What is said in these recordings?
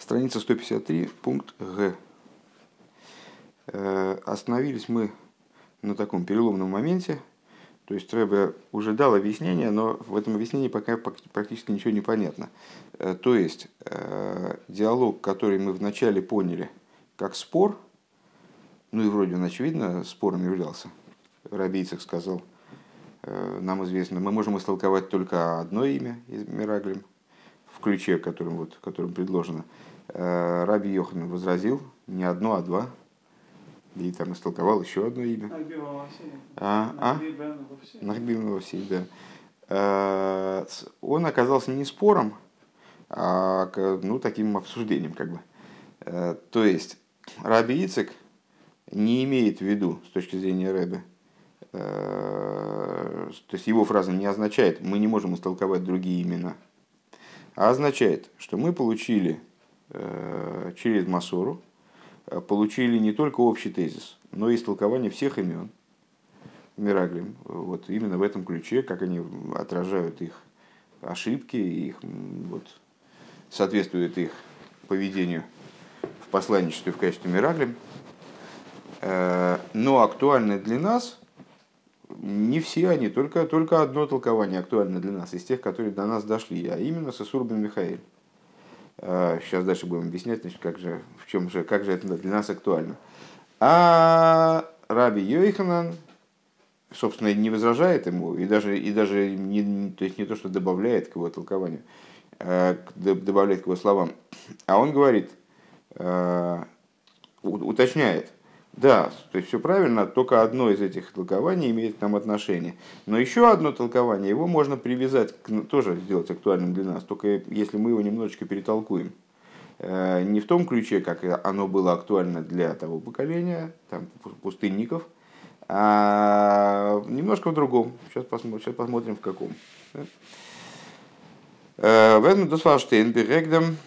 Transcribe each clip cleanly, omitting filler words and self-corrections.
Страница 153, пункт Г. Остановились мы на таком переломном моменте. То есть Рэбе уже дал объяснение, но в этом объяснении пока практически ничего не понятно. То есть диалог, который мы вначале поняли как спор, ну и вроде он очевидно спором являлся. Раби Ицхак сказал, нам известно, мы можем истолковать только одно имя из Мираглим, в ключе, которым предложено. Раби Йоханан возразил не одно, а два. И там истолковал еще одно имя. Нахбивну во всей, да. Он оказался не спором, а таким обсуждением, как бы. То есть Раби Ицхак не имеет в виду, с точки зрения Рэбе, то есть его фраза не означает, мы не можем истолковать другие имена, а означает, что мы получили через Масору, получили не только общий тезис, но и истолкование всех имен Мираглим. Вот именно в этом ключе, как они отражают их ошибки, их, соответствует их поведению в посланничестве в качестве Мираглим. Но актуальны для нас не все они, только одно толкование актуально для нас, из тех, которые до нас дошли, а именно Сесур бен Михаэль. Сейчас дальше будем объяснять, значит, как же это для нас актуально. А Раби Йоханан, собственно, не возражает ему, и даже не, то есть не то, что добавляет к его толкованию, добавляет к его словам, а он говорит, уточняет, да, то есть все правильно, только одно из этих толкований имеет к нам отношение. Но еще одно толкование, его можно привязать, тоже сделать актуальным для нас, только если мы его немножечко перетолкуем. Не в том ключе, как оно было актуально для того поколения, там, пустынников, а немножко в другом. Сейчас посмотрим в каком. В этом Досфаштейн Берегдам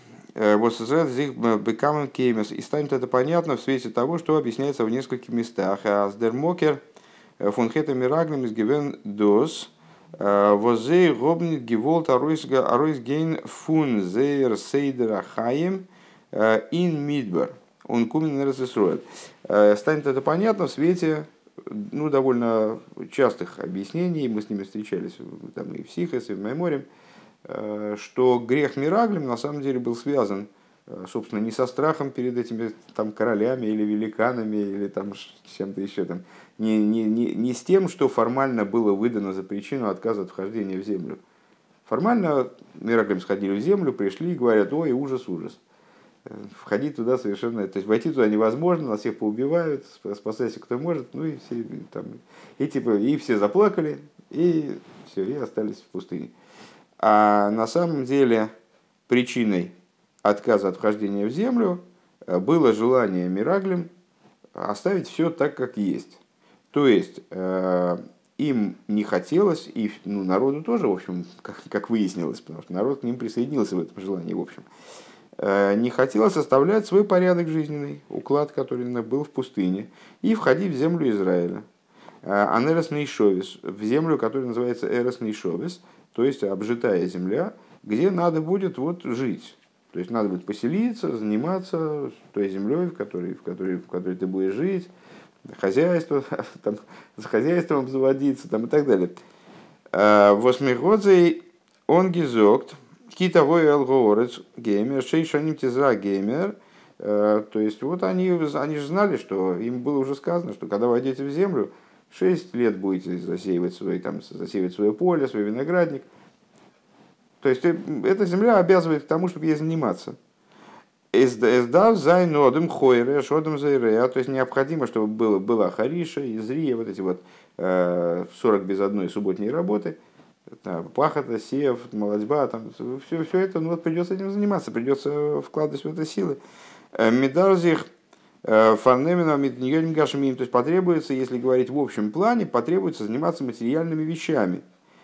и станет это понятно в свете того, что объясняется в нескольких местах. Аздермокер фон Хета Мираглем из Гивен Дос возей робнит геволт аройсгейн фун зейр сейдера хаем ин мидбар. Он кумен разисроет. Станет это понятно в свете довольно частых объяснений, мы с ними встречались там, и в Сихас, и в Майморе, что грех Мираглим на самом деле был связан, собственно, не со страхом перед этими там, королями или великанами или там, чем-то еще, там, не с тем, что формально было выдано за причину отказа от вхождения в землю. Формально Мираглим сходили в землю, пришли и говорят: ой, ужас, ужас. Входить туда совершенно, то есть войти туда невозможно, нас всех поубивают, спасайся кто может, ну и все там, и все заплакали, и все, и остались в пустыне. А на самом деле причиной отказа от вхождения в землю было желание Мираглим оставить все так, как есть. То есть им не хотелось, и народу тоже, в общем, как выяснилось, потому что народ к ним присоединился в этом желании, в общем, не хотелось оставлять свой порядок жизненный, уклад, который был в пустыне, и входить в землю Израиля. Анерес Нейшовис, в землю, которая называется Эрес Нейшовис, то есть обжитая земля, где надо будет жить. То есть надо будет поселиться, заниматься той землей, в которой ты будешь жить, хозяйство, там, с хозяйством заводиться там, и так далее. Восьмигодзей он гизокт, китовой алгорец геймер, шейшаним тизра геймер. То есть они же знали, что им было уже сказано, что когда войдете в землю, 6 лет будете засеивать свое поле, свой виноградник. То есть эта земля обязывает к тому, чтобы ей заниматься. То есть необходимо, чтобы была хариша, изрия, вот эти 40 без одной субботней работы, пахота, сев, молодьба, там, все это, придется этим заниматься, придется вкладывать в это силы. Медарзих фарнемина митньёним гашмим, то есть потребуется, если говорить в общем плане, потребуется заниматься материальными вещами.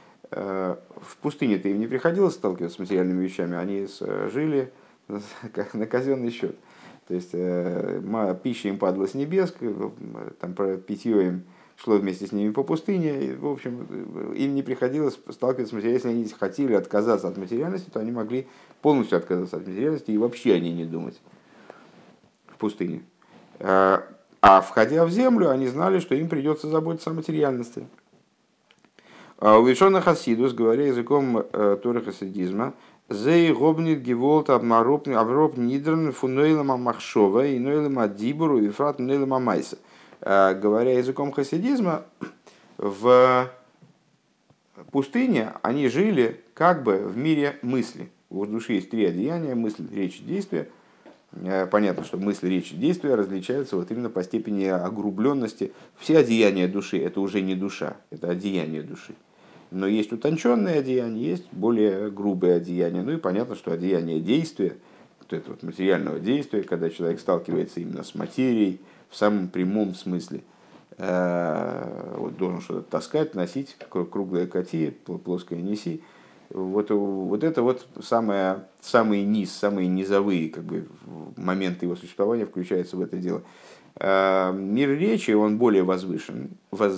В пустыне-то им не приходилось сталкиваться с материальными вещами, они жили на казенный счет. То есть пища им падала с небес, там, питье им шло вместе с ними по пустыне. И, в общем, им не приходилось сталкиваться с материальностью. Если они хотели отказаться от материальности, то они могли полностью отказаться от материальности и вообще о ней не думать в пустыне. А входя в землю, они знали, что им придется заботиться о материальности. Увешона Хасидус, говоря языком Торы хасидизма, «Зей гобнит геволт оброб нидрн фунейлама махшова и нойлама дибуру и фрат нойлама майса». Говоря языком хасидизма, в пустыне они жили как бы в мире мысли. У души есть три одеяния: мысль, речь, действие. Понятно, что мысль, речь и действие различаются вот именно по степени огрубленности. Все одеяния души — это уже не душа, это одеяние души. Но есть утонченные одеяния, есть более грубые одеяния. Ну и понятно, что одеяние действия, вот это вот материального действия, когда человек сталкивается именно с материей в самом прямом смысле. Вот должен что-то таскать, носить, круглое кати, плоское неси. Вот это вот самый низ, самые низовые как бы, моменты его существования включаются в это дело. Мир речи, он более возвышенен,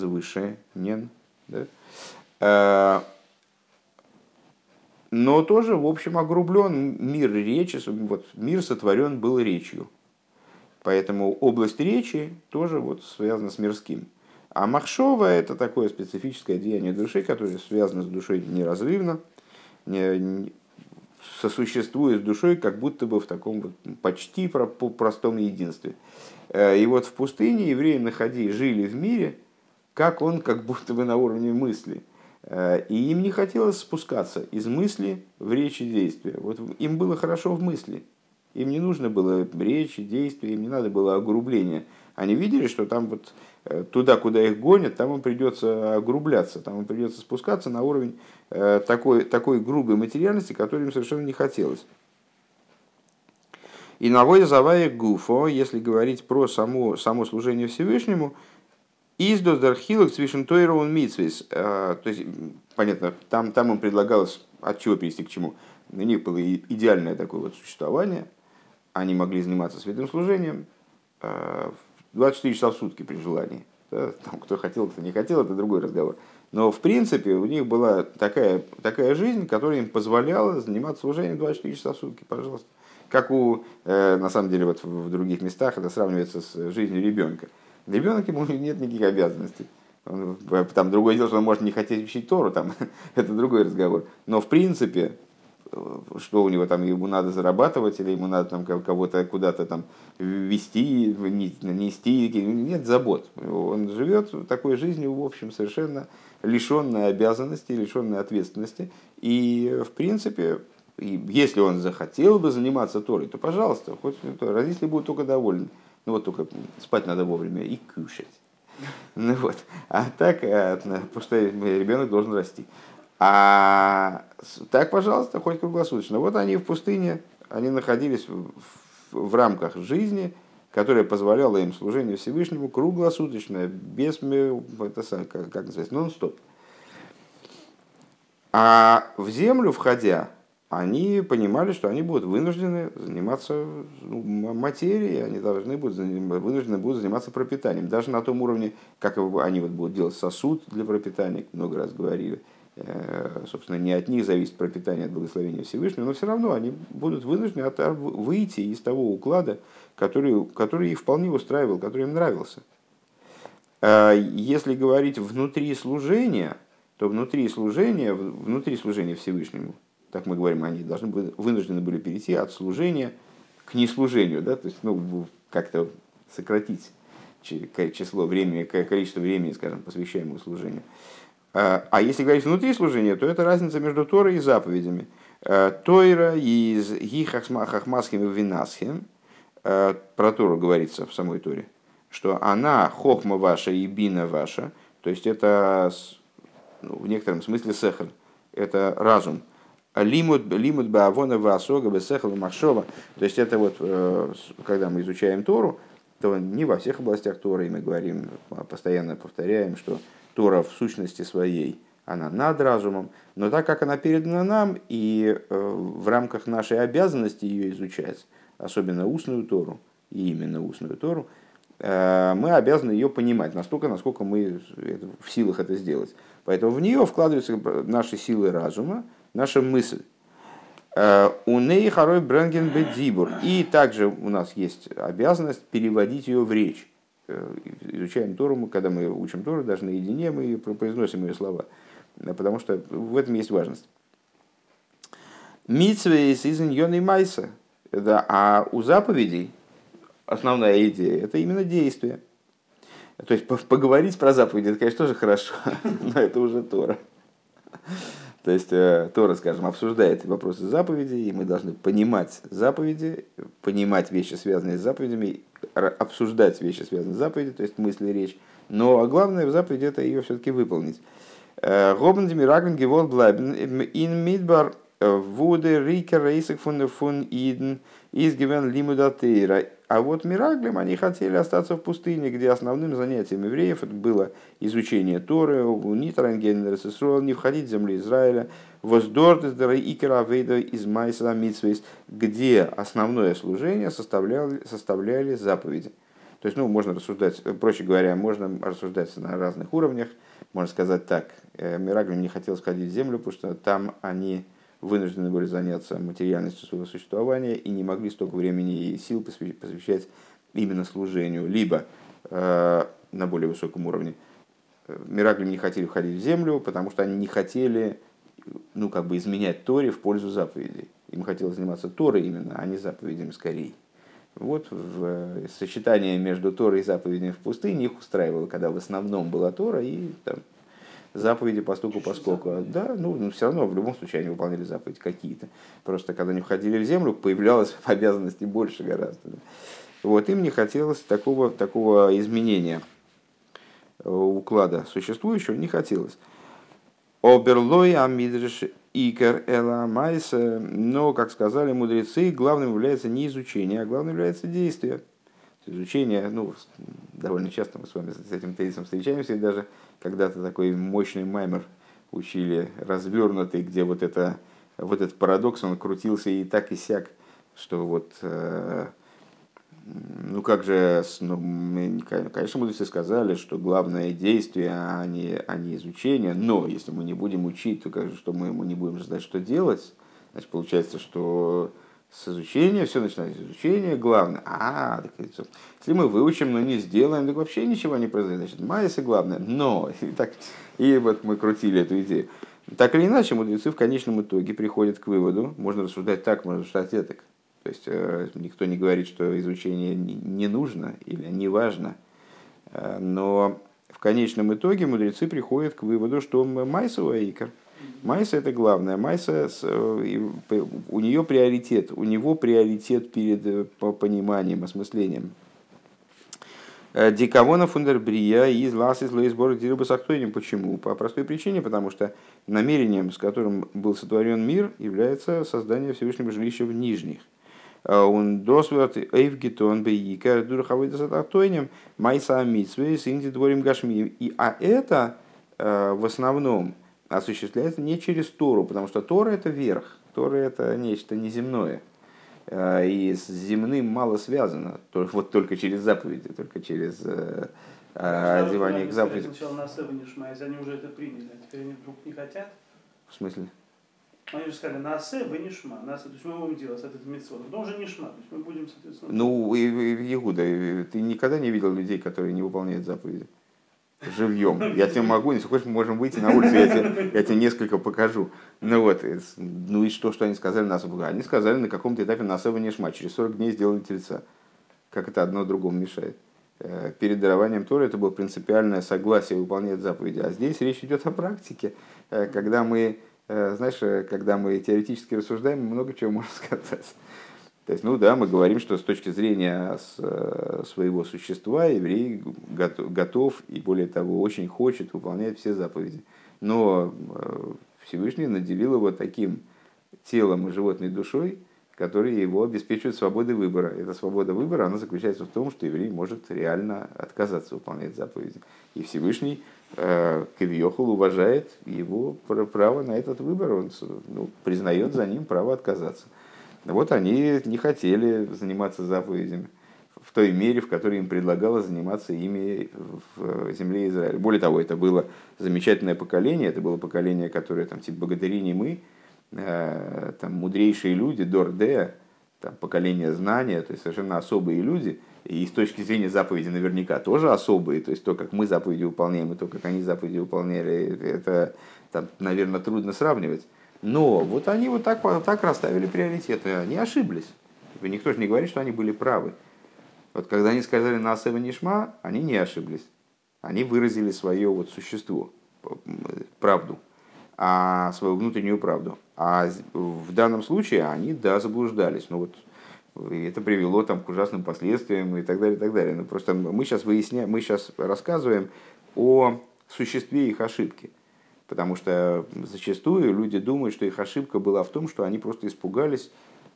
да? Но тоже, в общем, огрублен мир речи, вот, мир сотворен был речью. Поэтому область речи тоже вот связана с мирским. А махшова — это такое специфическое деяние души, которое связано с душой неразрывно, сосуществует с душой как будто бы в таком вот почти простом единстве. И вот в пустыне евреи жили в мире, как он, как будто бы на уровне мысли. И им не хотелось спускаться из мысли в речь и действие. Вот им было хорошо в мысли. Им не нужно было речи, действия, им не надо было огрубления. Они видели, что там вот туда, куда их гонят, там им придется огрубляться, там им придется спускаться на уровень такой грубой материальности, которой им совершенно не хотелось. И навой завая гуфо, если говорить про само служение Всевышнему, издос дархилок свишен тойрован митсвис. То есть, понятно, там им предлагалось от чего перейти к чему. У них было идеальное такое вот существование. Они могли заниматься святым служением 24 часа в сутки при желании. Да, там, кто хотел, кто не хотел, это другой разговор. Но в принципе у них была такая жизнь, которая им позволяла заниматься служением 24 часа в сутки, пожалуйста. Как на самом деле вот в других местах это сравнивается с жизнью ребенка. Ребенок, ему нет никаких обязанностей. Там другое дело, что он может не хотеть учить Тору, там, это другой разговор. Но в принципе, что у него там, ему надо зарабатывать, или ему надо там кого-то куда-то там вести, нести, нет забот. Он живет такой жизнью, в общем, совершенно лишенной обязанностей, лишенной ответственности. И, в принципе, если он захотел бы заниматься Торой, то, пожалуйста, хоть родители будут только довольны. Ну вот только спать надо вовремя и кушать. Ну вот. А так, потому что ребенок должен расти. А так, пожалуйста, хоть круглосуточно. Вот они в пустыне, они находились в рамках жизни, которая позволяла им служение Всевышнему круглосуточно, без, как называется, нон-стоп. А в землю входя, они понимали, что они будут вынуждены заниматься материей, они вынуждены будут заниматься пропитанием. Даже на том уровне, как они вот будут делать сосуд для пропитания, много раз говорили. Собственно, не от них зависит пропитание от благословения Всевышнего, но все равно они будут вынуждены выйти из того уклада, который их вполне устраивал, который им нравился. Если говорить внутри служения, то внутри служения Всевышнему, так мы говорим, они вынуждены были перейти от служения к неслужению, да? То есть как-то сократить количество времени, скажем, посвящаемого служению. А если говорить внутри служения, то это разница между Торой и заповедями. Тойра из Хахмасхим и Винасхим, про Тору говорится в самой Торе, что она хохма ваша и бина ваша, то есть это в некотором смысле сехер, это разум. Лимут баавона ваасога бесехал махшова, то есть это вот, когда мы изучаем Тору, то не во всех областях Торы, и мы говорим, постоянно повторяем, что Тора в сущности своей, она над разумом, но так как она передана нам, и в рамках нашей обязанности ее изучать, особенно устную Тору, и именно устную Тору, мы обязаны ее понимать настолько, насколько мы в силах это сделать. Поэтому в нее вкладываются наши силы разума, наша мысль. У ней харой бренген бедзибур. И также у нас есть обязанность переводить ее в речь. Изучаем Тору, когда мы учим Тору, даже наедине мы произносим ее слова. Потому что в этом есть важность. Митцвейс из иньон майса. А у заповедей основная идея – это именно действие. То есть поговорить про заповеди, это, конечно, тоже хорошо, но это уже Тора. То есть Тора, скажем, обсуждает вопросы заповедей, и мы должны понимать заповеди, понимать вещи, связанные с заповедями, обсуждать вещи, связанные с заповедью, то есть мысли, речь. Но главное в заповеди это ее все-таки выполнить. Гобн демираген геволт блайбен ин мидбар вуде рикер рейсек фун иден из гивен лимуда тейра. А вот мираглем они хотели остаться в пустыне, где основным занятием евреев было изучение Торы, не входить в землю Израиля, из Майса Митсвейс, где основное служение составляли заповеди. То есть, можно рассуждать, проще говоря, можно рассуждать на разных уровнях. Можно сказать так, мираглем не хотел сходить в землю, потому что там они вынуждены были заняться материальностью своего существования и не могли столько времени и сил посвящать именно служению, либо на более высоком уровне. Мираглим не хотели входить в землю, потому что они не хотели изменять Торе в пользу заповедей. Им хотелось заниматься Торой именно, а не заповедями скорее. Вот сочетание между Торой и заповедями в пустыне их устраивало, когда в основном была Тора и там, заповеди постуку поскольку. Да, все равно в любом случае они выполняли заповеди какие-то. Просто когда они входили в землю, появлялось обязанностей больше гораздо. Вот им не хотелось такого изменения уклада существующего, не хотелось. Оберлой амидриш икер эла майса, но, как сказали мудрецы, главным является не изучение, а главным является действие. Изучение, довольно часто мы с вами с этим тезисом встречаемся, и даже когда-то такой мощный маймер учили, развернутый, где вот этот парадокс, он крутился и так и сяк, что как же, конечно, мудрецы сказали, что главное действие, а не изучение, но если мы не будем учить, то как же, что мы не будем знать, что делать, значит, получается, что с изучения, все начинается с изучения, главное. Если мы выучим, но не сделаем, так вообще ничего не произойдет. Значит, майя главное, но. И вот мы крутили эту идею. Так или иначе, мудрецы в конечном итоге приходят к выводу, можно рассуждать так, можно рассуждать так. То есть никто не говорит, что изучение не нужно или не важно. Но в конечном итоге мудрецы приходят к выводу, что майса икар. Майса это главное. Майса, у него приоритет перед пониманием, осмыслением. Дикавона фундербрия из ласис лоисбор дирубасахтойним. Почему? По простой причине, потому что намерением, с которым был сотворен мир, является создание Всевышнего жилища в нижних. Он досвят эйвгитон бейикар дурхавыдасахтойним майса митсвей синди дворим гашми. А это в основном осуществляется не через Тору, потому что Тора это верх, Тора это нечто неземное. И с земным мало связано, только через заповеди, только через одевание к заповедям. Сначала на Асева Нишма, если они уже это приняли, а теперь они вдруг не хотят. В смысле? Они же сказали на Асева Нишма, то есть мы будем делать этот митцвот, потом уже Нишма, то есть мы будем, соответственно... Иуда, ты никогда не видел людей, которые не выполняют заповеди? Живьем. Я тебе могу, если хочешь, мы можем выйти на улицу, я тебе несколько покажу. И что они сказали на Асеву? Они сказали на каком-то этапе на Асева Нишма, через 40 дней сделали тельца. Как это одно другому мешает? Перед дарованием Торы это было принципиальное согласие выполнять заповеди. А здесь речь идет о практике. Когда мы теоретически рассуждаем, мы много чего можем сказать. То есть, мы говорим, что с точки зрения своего существа еврей готов и, более того, очень хочет выполнять все заповеди. Но Всевышний наделил его таким телом и животной душой, которые его обеспечивают свободой выбора. Эта свобода выбора, она заключается в том, что еврей может реально отказаться выполнять заповеди. И Всевышний Кавиохол уважает его право на этот выбор, он признает за ним право отказаться. Вот они не хотели заниматься заповедями в той мере, в которой им предлагалось заниматься ими в земле Израиля. Более того, это было замечательное поколение, это было поколение, которое там типа богатыри не мы, там мудрейшие люди, Дордея, там поколение знания, то есть совершенно особые люди, и с точки зрения заповеди наверняка тоже особые, то есть то, как мы заповеди выполняем, и то, как они заповеди выполняли, это, там, наверное, трудно сравнивать. Но вот они вот так расставили приоритеты, они ошиблись. Никто же не говорит, что они были правы. Вот когда они сказали «Наасе венишма», они не ошиблись. Они выразили свое вот существо, правду, свою внутреннюю правду. А в данном случае они, да, заблуждались. Но вот и это привело там, к ужасным последствиям и так далее, и так далее. Но просто мы сейчас рассказываем о существе их ошибки. Потому что зачастую люди думают, что их ошибка была в том, что они просто испугались,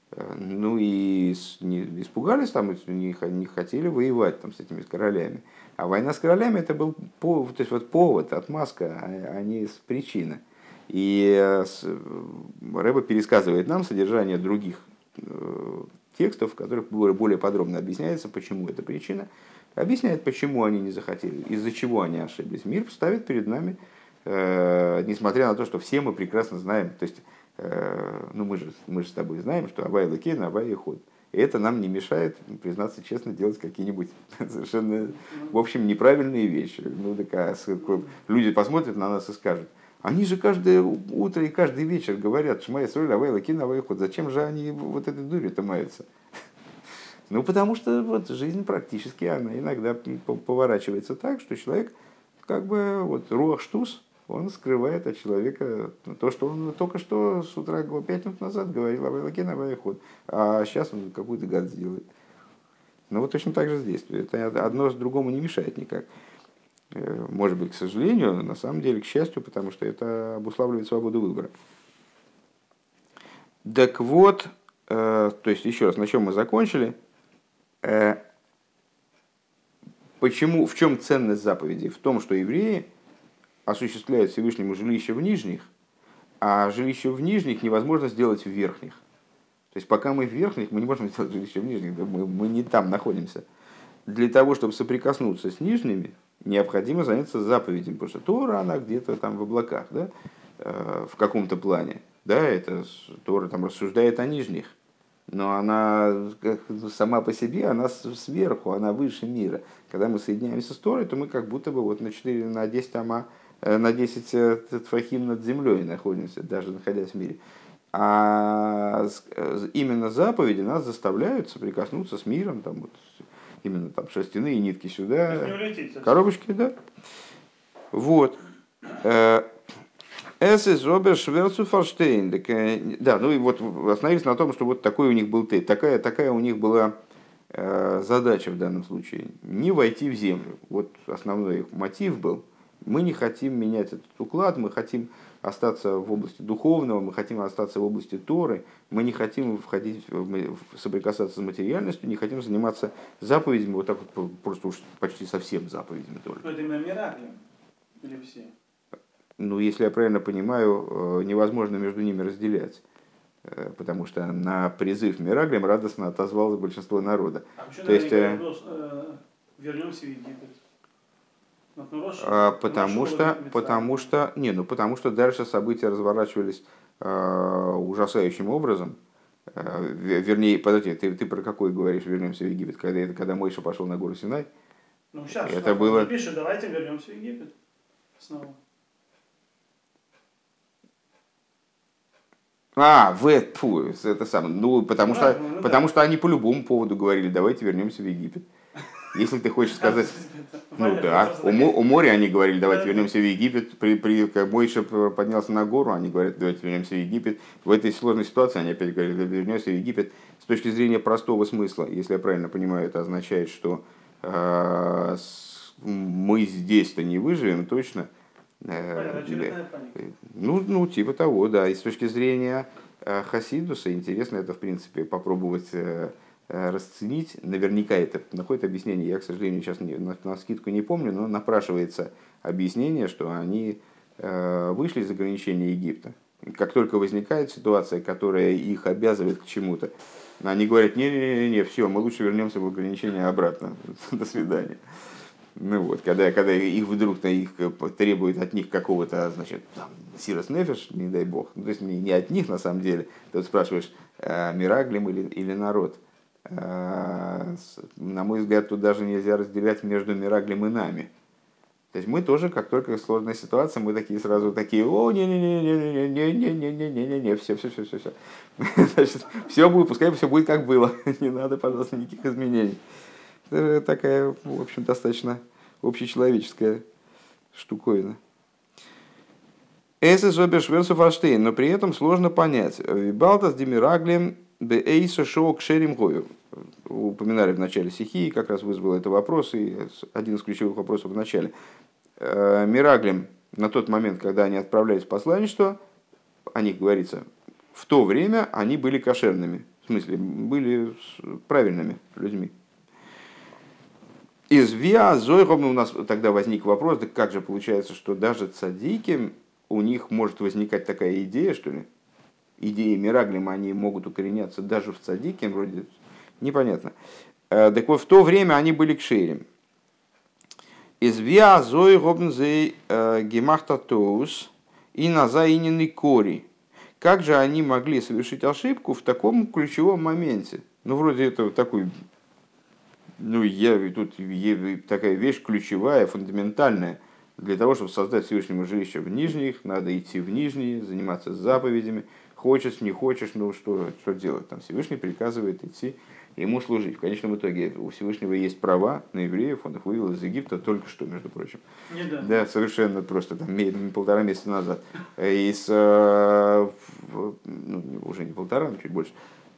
ну и испугались, там, не хотели воевать там, с этими королями. А война с королями это был повод, то есть вот повод, отмазка, а не причина. И Рэбе пересказывает нам содержание других текстов, в которых более подробно объясняется, почему это причина. Объясняет, почему они не захотели, из-за чего они ошиблись. Мир ставит перед нами, несмотря на то, что все мы прекрасно знаем, то есть, ну мы же с тобой знаем, что Авай Лакейн, Авай Иход. И это нам не мешает, признаться честно, делать какие-нибудь совершенно, в общем, неправильные вещи. Ну, так, люди посмотрят на нас и скажут: они же каждое утро и каждый вечер говорят «Шма Исраэль, Авай Лакейн, Авай Иход». Зачем же они вот этой дурью-то маются? Ну, потому что вот жизнь практически, она иногда поворачивается так, что человек, как бы, вот, руах штус, он скрывает от человека то, что он только что с утра, 5 минут назад говорил об Элоке на Вайход, а сейчас он какую-то гадость делает. Ну вот точно так же здесь. Это одно с другому не мешает никак. Может быть, к сожалению, но на самом деле, к счастью, потому что это обуславливает свободу выбора. Так вот, то есть еще раз, на чем мы закончили. Почему, в чем ценность заповедей? В том, что евреи осуществляют Всевышнему жилище в нижних, а жилище в нижних невозможно сделать в верхних. То есть пока мы в верхних, мы не можем сделать жилище в нижних, мы не там находимся. Для того, чтобы соприкоснуться с нижними, необходимо заняться заповедями, потому что Тора, она где-то там в облаках, да, в каком-то плане. Да, это Тора там рассуждает о нижних, но она сама по себе, она сверху, она выше мира. Когда мы соединяемся с Торой, то мы как будто бы вот на 4, на 10 ама, на 10 тфахим над землей находимся, даже находясь в мире. А именно заповеди нас заставляют соприкоснуться с миром, там, вот, именно там шерстяные нитки сюда, коробочки, да. Вот. Эсэзобер Шверцу Форштейн. Да, ну и вот остановились на том, что вот такой у них был такая у них была задача в данном случае. Не войти в землю. Вот основной их мотив был. Мы не хотим менять этот уклад, мы хотим остаться в области духовного, мы хотим остаться в области Торы, мы не хотим входить, соприкасаться с материальностью, не хотим заниматься заповедями, вот так вот просто уж почти совсем заповедями только. Но это именно Мираклим или все? Ну, если я правильно понимаю, невозможно между ними разделять. Потому что на призыв Мираглим радостно отозвалось большинство народа. А почему то есть, вернемся в Египет? Потому что дальше события разворачивались ужасающим образом. Вернее, подожди, ты про какой говоришь, вернемся в Египет, когда Мойша пошел на гору Синай? Ну, сейчас это было... пишет, давайте вернемся в Египет снова. Это самое. Ну, потому что они по любому поводу говорили, давайте вернемся в Египет. Если ты хочешь сказать, ну да, у моря они говорили, давайте вернемся в Египет. Как Мойша поднялся на гору, они говорят, давайте вернемся в Египет. В этой сложной ситуации они опять говорят, вернемся в Египет. С точки зрения простого смысла, если я правильно понимаю, это означает, что мы здесь-то не выживем точно. Ну, типа того, да. И с точки зрения Хасидуса, интересно это, в принципе, попробовать расценить. Наверняка это находит объяснение. Я, к сожалению, сейчас на скидку не помню, но напрашивается объяснение, что они вышли из ограничения Египта. Как только возникает ситуация, которая их обязывает к чему-то, Они говорят, не, все, мы лучше вернемся в ограничения обратно. До свидания. Ну вот, когда их вдруг их требует от них какого-то, значит, сирос нефеш, не дай бог, то есть не от них на самом деле, ты вот спрашиваешь, мираглим или народ. На мой взгляд, тут даже нельзя разделять между мираглим и нами. То есть мы тоже, как только сложная ситуация, мы такие сразу такие, о, не-не-не-не-не-не-не-не-не-не-не, все. Значит, все будет, пускай все будет как было, не надо, пожалуйста, никаких изменений. Это такая, в общем, достаточно общечеловеческая штуковина. Это зобершверсу фаштейн, но при этом сложно понять. Вибалтас демираглем бейса шоу кшерим гою. Упоминали в начале стихии, как раз вызвал это вопрос, и один из ключевых вопросов в начале. Мираглем на тот момент, когда они отправлялись в посланничество, о них говорится, в то время они были кошерными, в смысле, были правильными людьми. Из Виа Зойхом у нас тогда возник вопрос, да как же получается, что даже цадики, у них может возникать такая идея, что ли? Идеи Мираглима, они могут укореняться даже в цадике, вроде непонятно. Так вот, в то время они были кшерим. Из Виа Зойхом зей гемахтатоус и назаиненный кори. Как же они могли совершить ошибку в таком ключевом моменте? Ну, вроде это такой... Ну, тут такая вещь ключевая, фундаментальная. Для того, чтобы создать Всевышнему жилище в нижних, надо идти в нижние, заниматься заповедями. Хочешь, не хочешь, ну что делать? Там Всевышний приказывает идти ему служить. В конечном итоге у Всевышнего есть права на евреев, он их вывел из Египта только что, между прочим. Да, совершенно просто, там, 1,5 месяца назад. Уже не 1,5, но чуть больше.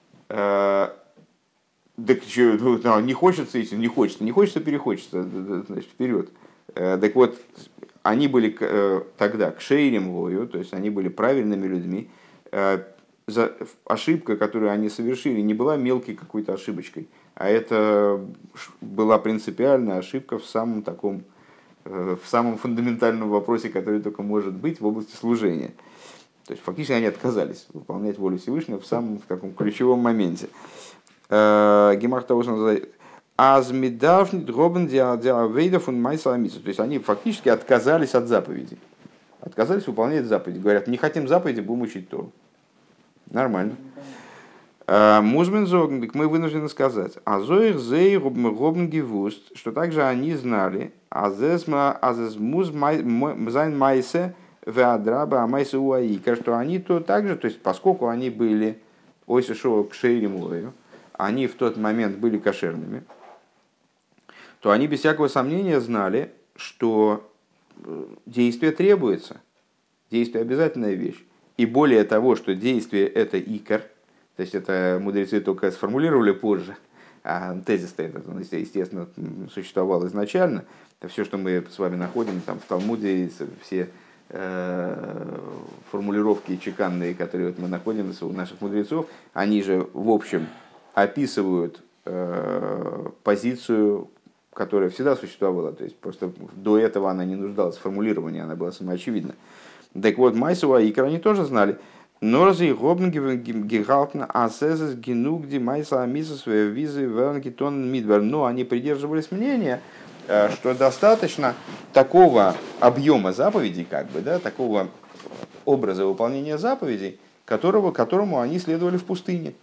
Так что, не хочется идти, не хочется, перехочется, значит, вперед. Так вот, они были тогда кшейрим гою, то есть они были правильными людьми. Ошибка, которую они совершили, не была мелкой какой-то ошибочкой, а это была принципиальная ошибка в самом фундаментальном вопросе, который только может быть в области служения. То есть фактически они отказались выполнять волю Всевышнего в самом таком ключевом моменте. Гемах того, что называется Азмидафнит Робен Диавейдов и Майсаламиса. То есть они фактически отказались от заповедей. Отказались выполнять заповеди. Говорят, не хотим заповеди, будем учить Тору. Нормально. Музмен зогнбик, мы вынуждены сказать. Азоих зей робн гевуст, что также они знали, азез муз зайн майсе веадраба амайсе уаика, что они то также, то есть поскольку они были ойсешо кшейрим лою, они в тот момент были кошерными, то они без всякого сомнения знали, что действие требуется, действие обязательная вещь. И более того, что действие это икар, то есть это мудрецы только сформулировали позже, а тезис-то этот, он, естественно, существовал изначально. Это все, что мы с вами находим там, в Талмуде, все формулировки чеканные, которые вот мы находим у наших мудрецов, они же в общем описывают позицию, которая всегда существовала, то есть просто до этого она не нуждалась в формулировании, она была самоочевидна. Так вот, Майсова и Икра они тоже знали, но разве гигалтна асезес генугди Майса Амисус визы вернгитон мидвер, но они придерживались мнения, что достаточно такого объема заповедей, как бы, да, такого образа выполнения заповедей, которому они следовали в пустыне.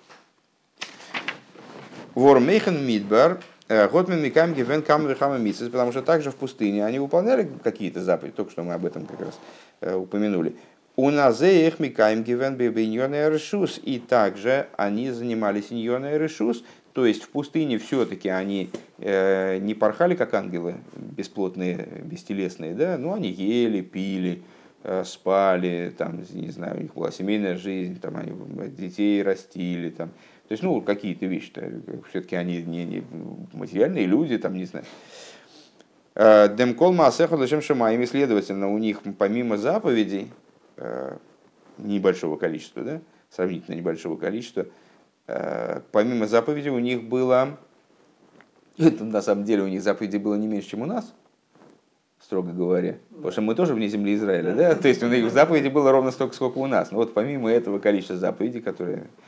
Вормейхен мидбар, готмен микам гивен камер хамамисис, потому что также в пустыне они выполняли какие-то заповеди, только что мы об этом как раз упомянули. У назе их микам гивен бебиньоне решус, и также они занимались иньоне решус, то есть в пустыне все-таки они не порхали как ангелы бесплотные, бестелесные, да, но они ели, пили, спали, там, не знаю, у них была семейная жизнь, там, они детей растили, там. То есть, ну, какие-то вещи-то, все-таки они не материальные люди, там, не знаю. Демкол маасеху лешем шамаим, следовательно, у них помимо заповедей, небольшого количества, да, сравнительно небольшого количества, помимо заповедей у них было, на самом деле у них заповедей было не меньше, чем у нас, строго говоря, потому что мы тоже вне земли Израиля, да, то есть у них заповедей было ровно столько, сколько у нас, но вот помимо этого количества заповедей, которые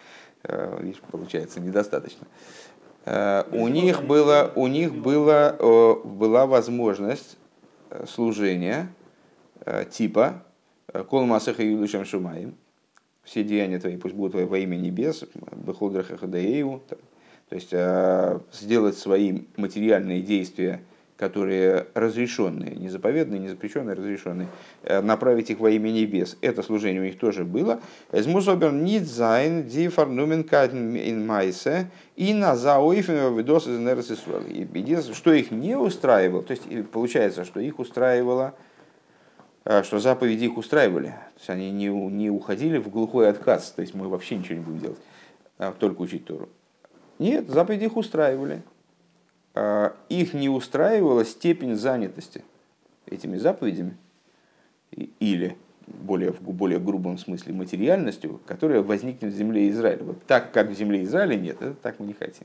Видишь, получается недостаточно. Без слова У них была возможность служения типа «Кол масеха юлишем шумаим», все деяния твои пусть будут во имя небес, бехолдраха хадаею, то есть сделать свои материальные действия, которые разрешенные, не заповедные, не запрещенные, разрешенные, направить их во имя небес. Это служение у них тоже было. Es muss aber nicht sein, die Vernehmlichkeiten in Maise и на заоифен видос из Нерсисуэл. Единственное, что их не устраивало, то есть получается, что их устраивало, что заповеди их устраивали. То есть они не уходили в глухой отказ, то есть мы вообще ничего не будем делать, только учить Тору. Нет, заповеди их устраивали. Их не устраивала степень занятости этими заповедями или в более грубом смысле материальностью, которая возникнет в земле Израиля. Вот так, как в земле Израиля, нет, это так мы не хотим.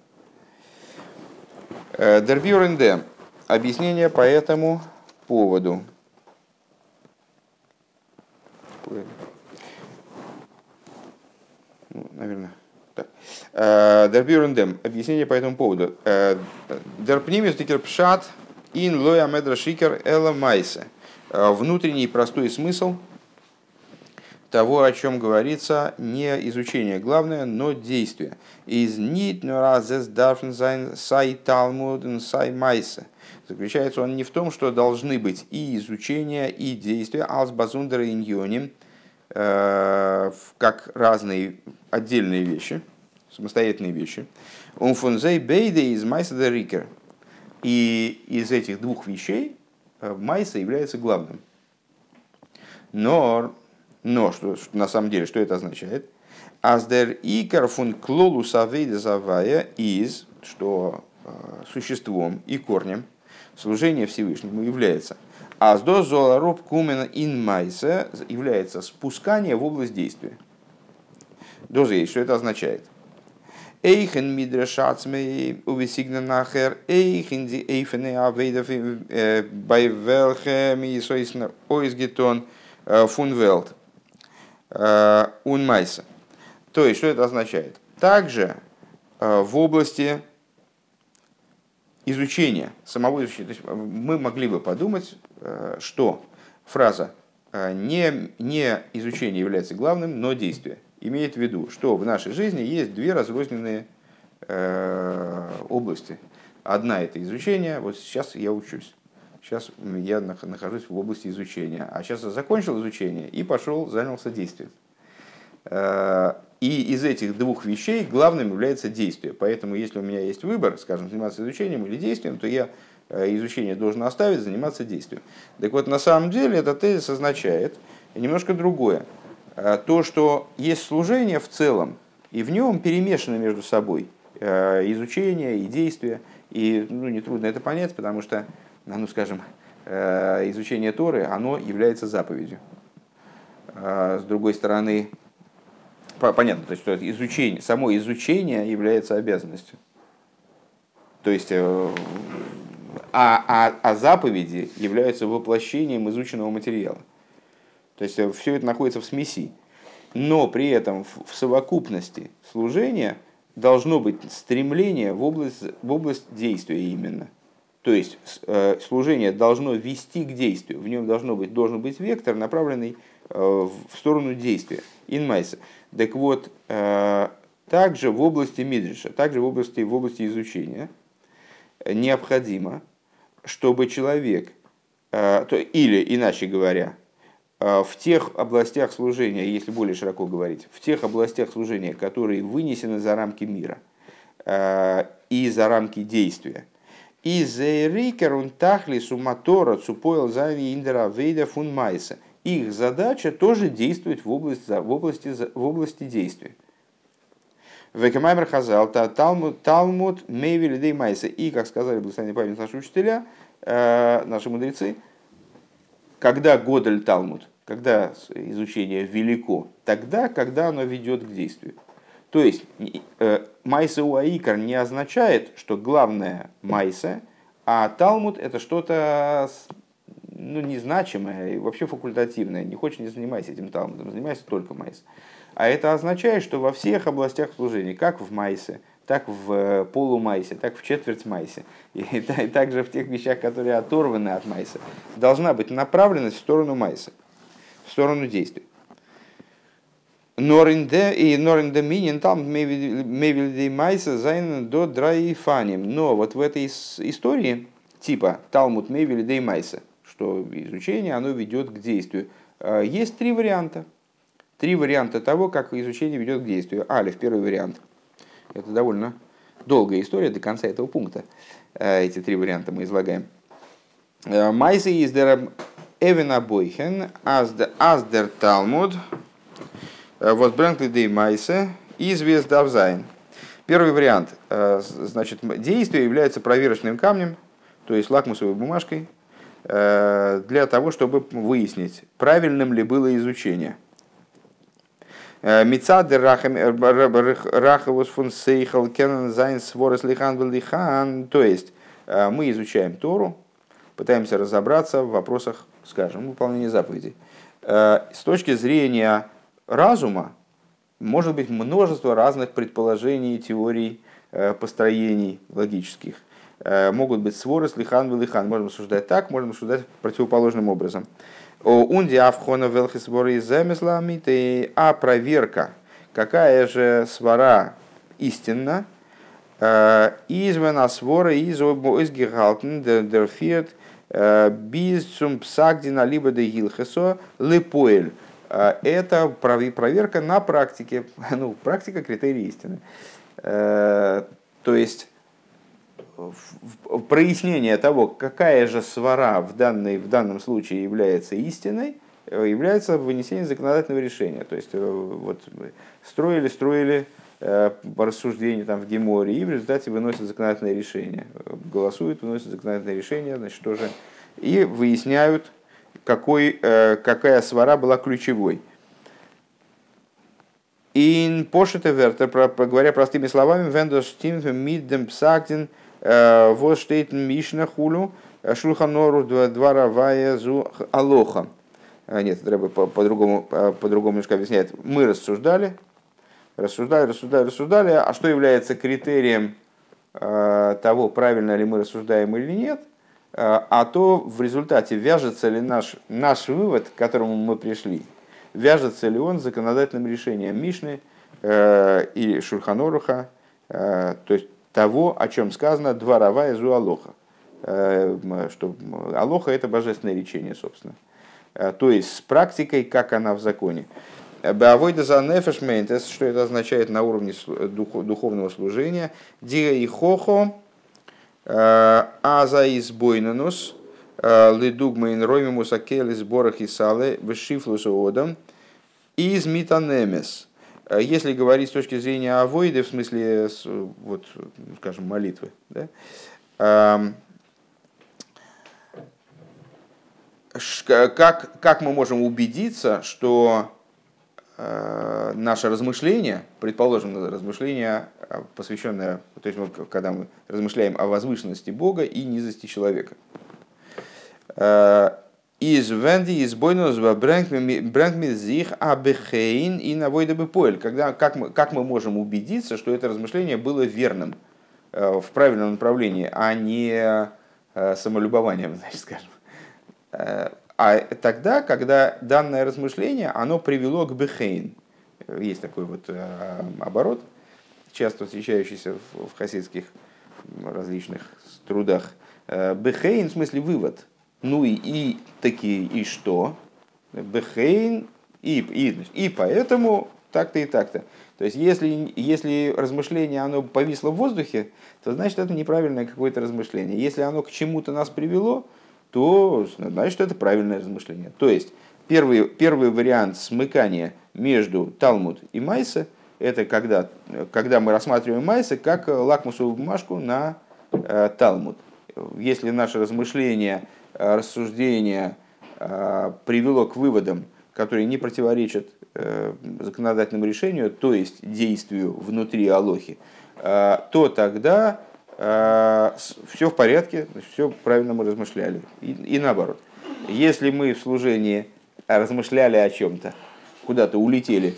Дербюренде. Объяснение по этому поводу. Наверное, так. Дербюрендем. Объяснение по этому поводу. Дерпнимис дикерпшат ин лоя медра шикер эла майсе. Внутренний простой смысл того, о чем говорится, не изучение главное, но действие. Из нит нуразес дарфен зайн сай талмуд сай майсе. Заключается он не в том, что должны быть и изучение, и действия, алс базундера иньоним, как разные отдельные вещи, самостоятельные вещи. Умфунзей бейде из майса де рикер. И из этих двух вещей майса является главным. Но что на самом деле, что это означает? Аздер икар фун клолу савейда завая из, что существом и корнем служения Всевышнему является аздо золароб кумен ин майса, является спускание в область действия. Доза, что это означает? Эйхен мидрашацмей увесигна нахер, эйхен ди эйфене авейдов байвелхе мисойсна ойсгетон фунвелт унмайса. То есть, что это означает? Также в области изучения, самого изучения. То есть мы могли бы подумать, что фраза не изучение является главным, но действие. Имеет в виду, что в нашей жизни есть две разрозненные области. Одна – это изучение, вот сейчас я учусь. Сейчас я нахожусь в области изучения. А сейчас я закончил изучение и занялся действием. И из этих двух вещей главным является действие. Поэтому, если у меня есть выбор, скажем, заниматься изучением или действием, то я изучение должен оставить, заниматься действием. Так вот, на самом деле, этот тезис означает немножко другое. То, что есть служение в целом, и в нем перемешано между собой изучение и действие. И нетрудно это понять, потому что, скажем, изучение Торы, оно является заповедью. С другой стороны, понятно, то есть, что изучение, само изучение является обязанностью. То есть, а заповеди являются воплощением изученного материала. То есть, все это находится в смеси. Но при этом в совокупности служения должно быть стремление в область действия именно. То есть, служение должно вести к действию. В нем должен быть вектор, направленный в сторону действия. Инмайса. Так вот, также в области мидриша, также в области изучения необходимо, чтобы человек, или иначе говоря, в тех областях служения, если более широко говорить, в тех областях служения, которые вынесены за рамки мира и за рамки действия, и их задача тоже действовать в области действия. Векамаймер хазал талмуд мейвили дей майса. И, как сказали благословенная память наши учителя, наши мудрецы, когда годель талмуд, когда изучение велико, тогда, когда оно ведет к действию. То есть майса уаикар не означает, что главное майса, а талмуд это что-то незначимое и вообще факультативное. Не хочешь, не занимайся этим талмудом, занимайся только майса. А это означает, что во всех областях служения, как в майсе, так в полумайсе, так в четверть майсе, и также в тех вещах, которые оторваны от майса, должна быть направленность в сторону майса, в сторону действий. Норинде минин там мевильды майса зайн до драйфаним. Но вот в этой истории типа Талмуд мевильды майса, что изучение оно ведет к действию, есть три варианта. Три варианта того, как изучение ведет к действию. Алиф, первый вариант. Это довольно долгая история до конца этого пункта. Эти три варианта мы излагаем. Майса из дер эвена бойхен аздер Талмуд. Вот Брэнкли дей Майсе и Звездавзайн. Первый вариант. Значит, действие является проверочным камнем, то есть лакмусовой бумажкой, для того, чтобы выяснить, правильным ли было изучение. Мицадер рахавус фун сейхал кенен зайн сворес лихан велихан. То есть мы изучаем Тору, пытаемся разобраться в вопросах, скажем, выполнения заповедей. С точки зрения разума может быть множество разных предположений, теорий, построений логических. Могут быть своры, слихан, велихан. Можем рассуждать так, можем рассуждать противоположным образом. Унди авхона велхи своры из замысламиты. А проверка, какая же свара истинна, извена свора из обоизгихалтен дерфирт без цум псагдина либо де гилхесо лепоэль. Это проверка на практике, ну, практика критерий истины. То есть прояснение того, какая же свара в данном случае является истиной, является вынесение законодательного решения. То есть вот, строили рассуждения там, в Геморе, и в результате выносят законодательное решение. Голосуют, выносят законодательное решение, значит, тоже, и выясняют, какая свара была ключевой. И пошите вертер, говоря простыми словами, вендос штимф миддем псактин воштейтен мишна хулю шулханору дворовая зу алоха. Нет, треба по-другому немножко объясняет. Мы рассуждали, а что является критерием того, правильно ли мы рассуждаем или нет, а то в результате вяжется ли наш вывод, к которому мы пришли, вяжется ли он с законодательным решением Мишны или Шульхан-Оруха, то есть того, о чем сказано «дворовая зу алоха», что алоха – это божественное речение, собственно, то есть с практикой, как она в законе. Беавойда за нефешмейнтес, что это означает на уровне духовного служения, диа и хохо, аза избойнанус, лидугмейн ромимус акели сборах и салы, вешифлус одам, из митанемес. Если говорить с точки зрения авойды, в смысле, вот, скажем, молитвы, да, как мы можем убедиться, что наше размышление, предположим, размышление, посвященное, то есть когда мы размышляем о возвышенности Бога и низости человека. Из венди из бойнус брэнгми зих абехейн и навойда бепоэль. Как мы можем убедиться, что это размышление было верным, в правильном направлении, а не самолюбованием, значит, скажем. А тогда, когда данное размышление, оно привело к бехейн. Есть такой вот оборот, часто встречающийся в хасидских различных трудах. Бехейн в смысле вывод. Ну и такие, и что? Бехейн, и поэтому так-то и так-то. То есть, если размышление оно повисло в воздухе, то значит это неправильное какое-то размышление. Если оно к чему-то нас привело, то значит это правильное размышление. То есть первый вариант смыкания между Талмуд и Майсе — это когда мы рассматриваем Майсе как лакмусовую бумажку на Талмуд. Если наше размышление, рассуждение привело к выводам, которые не противоречат законодательному решению, то есть действию внутри алохи, то тогда все в порядке, все правильно мы размышляли. И наоборот. Если мы в служении размышляли о чем-то, куда-то улетели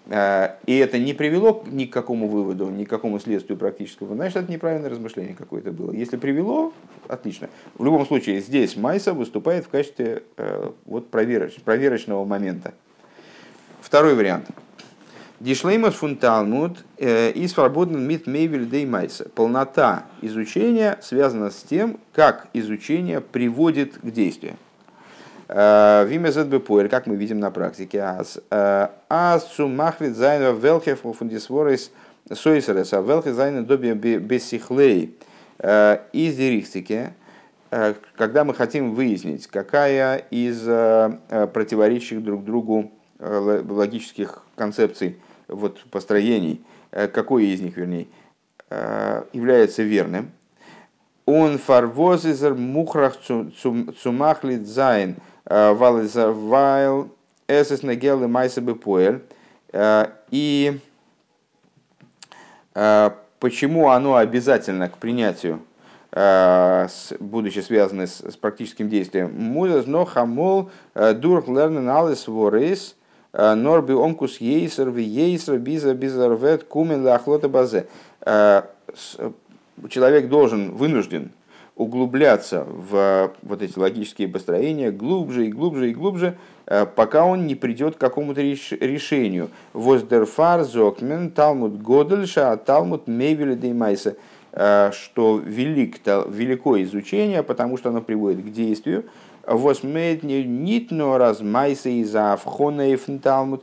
и это не привело ни к какому выводу, ни к какому следствию практическому, значит, это неправильное размышление какое-то было. Если привело, отлично. В любом случае, здесь майса выступает в качестве вот проверочного момента. Второй вариант. Дишлеймас фун Талмуд из свободен мит мейвель дей майса. Полнота изучения связана с тем, как изучение приводит к действию. Виме зэдбэпоэль, как мы видим на практике, сумахлит зайна велхев фундисворис сойсерес, а велхев зайна доби бессихлей из дирихтики, когда мы хотим выяснить, какая из противоречащих друг другу логических концепций, вот, построений, какой из них, вернее, является верным. Он фарвозизер мухрах цумахлит зайн вайл эсэс нагелы майсабы поэль. И почему оно обязательно к принятию, будучи связаны с практическим действием? Музас но хамол дурх лернен алис ворис норби омкус ейсер ви ейсер биза бизарвет кумен лахлота базе. Человек вынужден углубляться в вот эти логические построения глубже и глубже и глубже, пока он не придет к какому-то решению. Воздерфар зокмен талмуд годельша талмуд мейвели деймайса, что велико изучение, потому что оно приводит к действию. Восмейт нитно размайса из авхона эйфталмуд,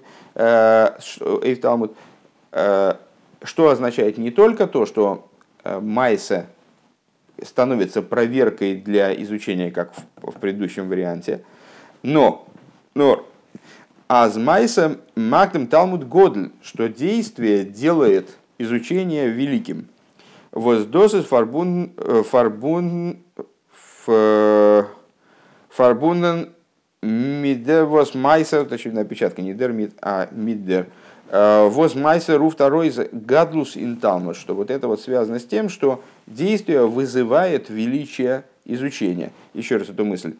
что означает не только то, что майса становится проверкой для изучения, как в предыдущем варианте, но азмайса магдем талмуд годль, что действие делает изучение великим. Воздосит фарбунден мидер вос майса, точнее опечатка не дер мид, а миддер. Воз майса ру второй гадлус инталмус, что вот это вот связано с тем, что действие вызывает величие изучения. Еще раз эту мысль.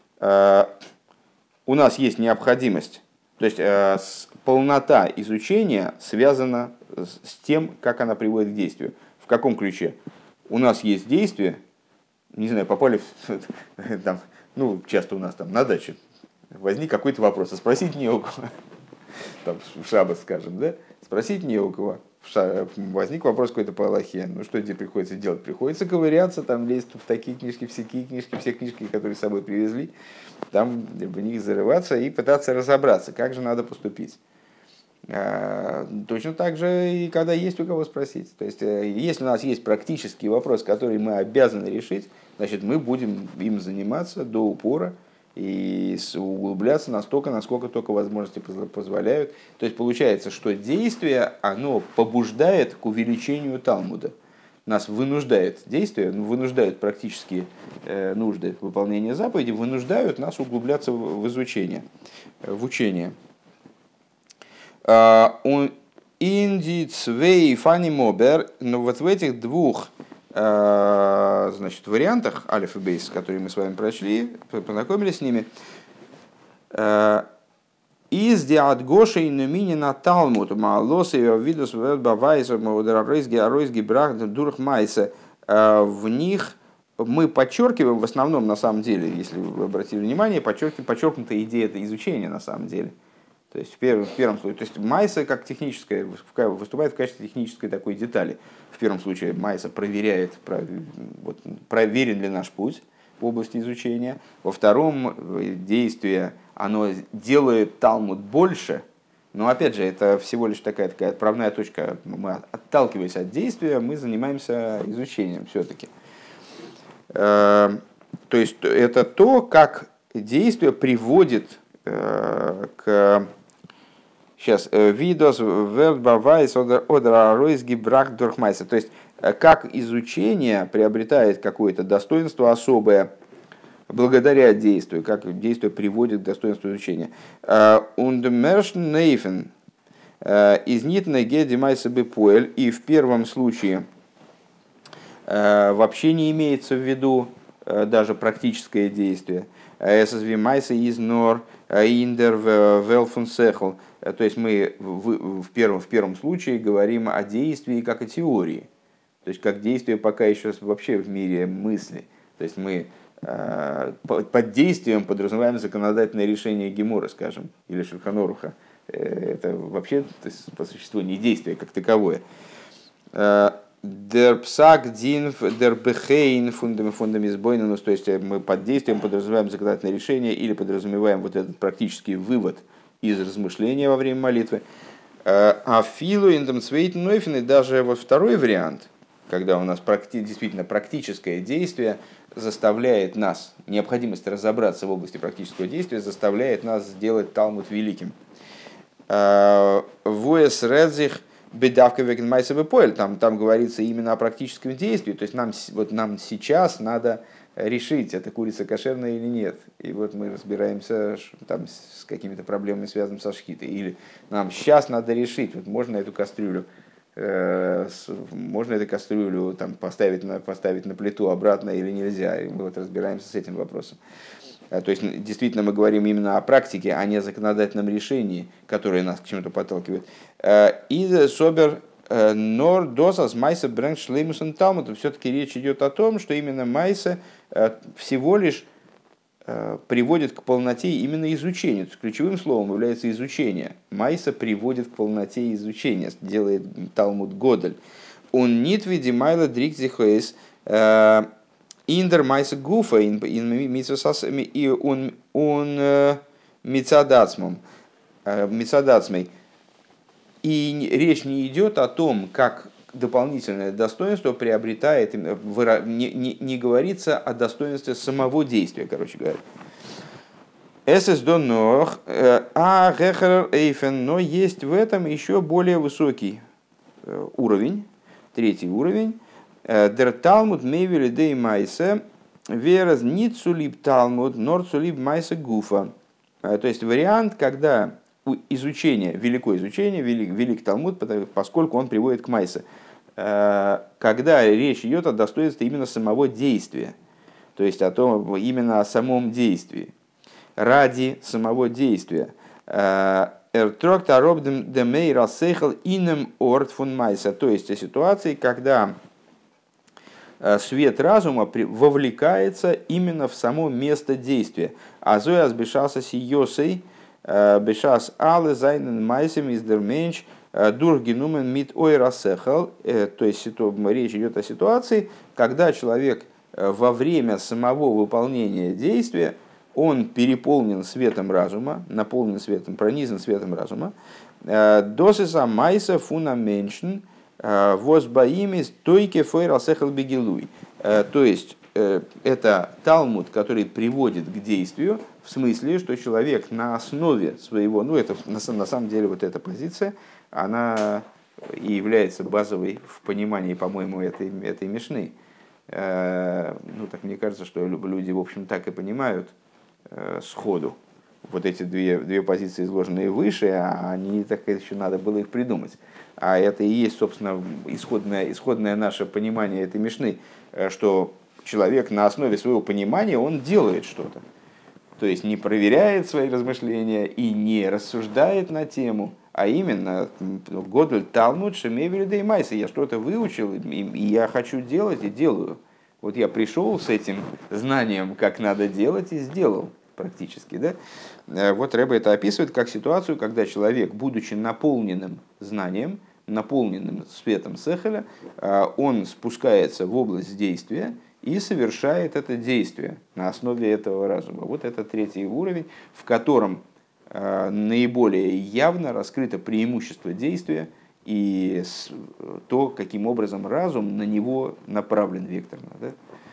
У нас есть необходимость, то есть полнота изучения связана с тем, как она приводит к действию. В каком ключе? У нас есть действие, не знаю, попали там, ну, часто у нас там на даче, возник какой-то вопрос, а спросить не у кого. Там, в шаббат, скажем, да? Спросить не у кого. Возник вопрос какой-то по Аллахе. Ну, что тебе приходится делать? Приходится ковыряться, там лезть в такие книжки, все книжки, которые с собой привезли, там в них зарываться и пытаться разобраться, как же надо поступить. Точно так же и когда есть у кого спросить. То есть, если у нас есть практический вопрос, который мы обязаны решить, значит, мы будем им заниматься до упора и углубляться настолько, насколько только возможности позволяют. То есть получается, что действие, оно побуждает к увеличению Талмуда. Нас вынуждает действие, вынуждают практические нужды выполнения заповедей, вынуждают нас углубляться в изучение, в учение. Инди цвей фани мобер, но вот в этих двух, значит, вариантах алиф и бейс, которые мы с вами прочли, познакомились с ними, из диадгоши и нумини на талмуд маалосы видус бавайзер маудераройсги аройсги брах дурх майса, в них мы подчеркиваем, в основном, на самом деле, если вы обратили внимание, подчеркнута идея это изучения на самом деле. То есть в первом случае, то есть майса как техническая выступает в качестве технической такой детали. В первом случае майса проверяет, проверен ли наш путь в области изучения. Во втором действие, оно делает Талмуд больше, но опять же это всего лишь такая отправная точка. Мы, отталкиваясь от действия, мы занимаемся изучением все-таки. То есть это то, как действие приводит к... Сейчас, видос вербавайс одераройсги брак дурхмайса. То есть, как изучение приобретает какое-то достоинство особое благодаря действию, как действие приводит к достоинству изучения. Ундмершн нейфен из нитна геди майса бепуэль. И в первом случае вообще не имеется в виду даже практическое действие. ССВ майса из нор индер велфунсехл. То есть мы в первом случае говорим о действии как о теории. То есть как действие пока еще вообще в мире мысли. То есть мы под действием подразумеваем законодательное решение Гемора, скажем, или Шульхан Аруха. Это вообще, то есть, по существу не действие как таковое. Der Psak Din der Bechein Fundamizboinenus, то есть мы под действием подразумеваем законодательное решение или подразумеваем вот этот практический вывод из размышления во время молитвы. А филу индем цвейтен нойфен, и даже вот второй вариант, когда у нас действительно практическое действие заставляет нас, необходимость разобраться в области практического действия, заставляет нас сделать Талмуд великим. Воес редзих бедавка веген майсовый поэль, там говорится именно о практическом действии, то есть нам сейчас надо решить, это курица кошерная или нет. И вот мы разбираемся там с какими-то проблемами, связанными со шхитой. Или нам сейчас надо решить, вот можно эту кастрюлю там, поставить на плиту обратно или нельзя. И мы вот разбираемся с этим вопросом. То есть действительно мы говорим именно о практике, а не о законодательном решении, которое нас к чему-то подталкивает. И собер нор досас майса брэнк шлеймусен талмуд. Все-таки речь идет о том, что именно майса всего лишь приводит к полноте именно изучения. То есть ключевым словом является изучение. Майса приводит к полноте изучения, делает Талмуд Годель. Он нит видимайла дрикзихоис индер майса гуфа ин митсвасасами и он мицадацмом. И речь не идет о том, как дополнительное достоинство приобретает, не говорится о достоинстве самого действия, короче говоря. Но есть в этом еще более высокий уровень, третий уровень. Der Talmud mevели dei майсе вераз нит сулиб Талмуд, нор сулиб майсе гуфа. То есть вариант, когда изучение, велик Талмуд, поскольку он приводит к майсе. Когда речь идет о достоинстве именно самого действия, то есть именно о самом действии, ради самого действия. То есть о ситуации, когда свет разума вовлекается именно в само место действия. Азояс бешаса сиосей бешас але зайнен майсем из дерменч дургенумен мит ойрасехал. То есть речь идет о ситуации, когда человек во время самого выполнения действия он переполнен светом разума, наполнен светом, пронизан светом разума. Досиса майса фуна меншн возбаими стойке фойрасехал бегилуй. То есть это Талмуд, который приводит к действию, в смысле, что человек на основе своего, это на самом деле вот эта позиция, она и является базовой в понимании, по-моему, этой мишны. Так мне кажется, что люди, в общем, так и понимают сходу. Вот эти две позиции, изложенные выше, а они так еще надо было их придумать. А это и есть, собственно, исходное наше понимание этой мишны, что человек на основе своего понимания, он делает что-то. То есть не проверяет свои размышления и не рассуждает на тему, а именно Годель Талмуд Шемевели дей майса. Я что-то выучил, и я хочу делать, и делаю. Вот я пришел с этим знанием, как надо делать, и сделал практически. Да? Вот Ребе это описывает как ситуацию, когда человек, будучи наполненным знанием, наполненным светом сехеля, он спускается в область действия и совершает это действие на основе этого разума. Вот это третий уровень, в котором наиболее явно раскрыто преимущество действия и то, каким образом разум на него направлен векторно. Да?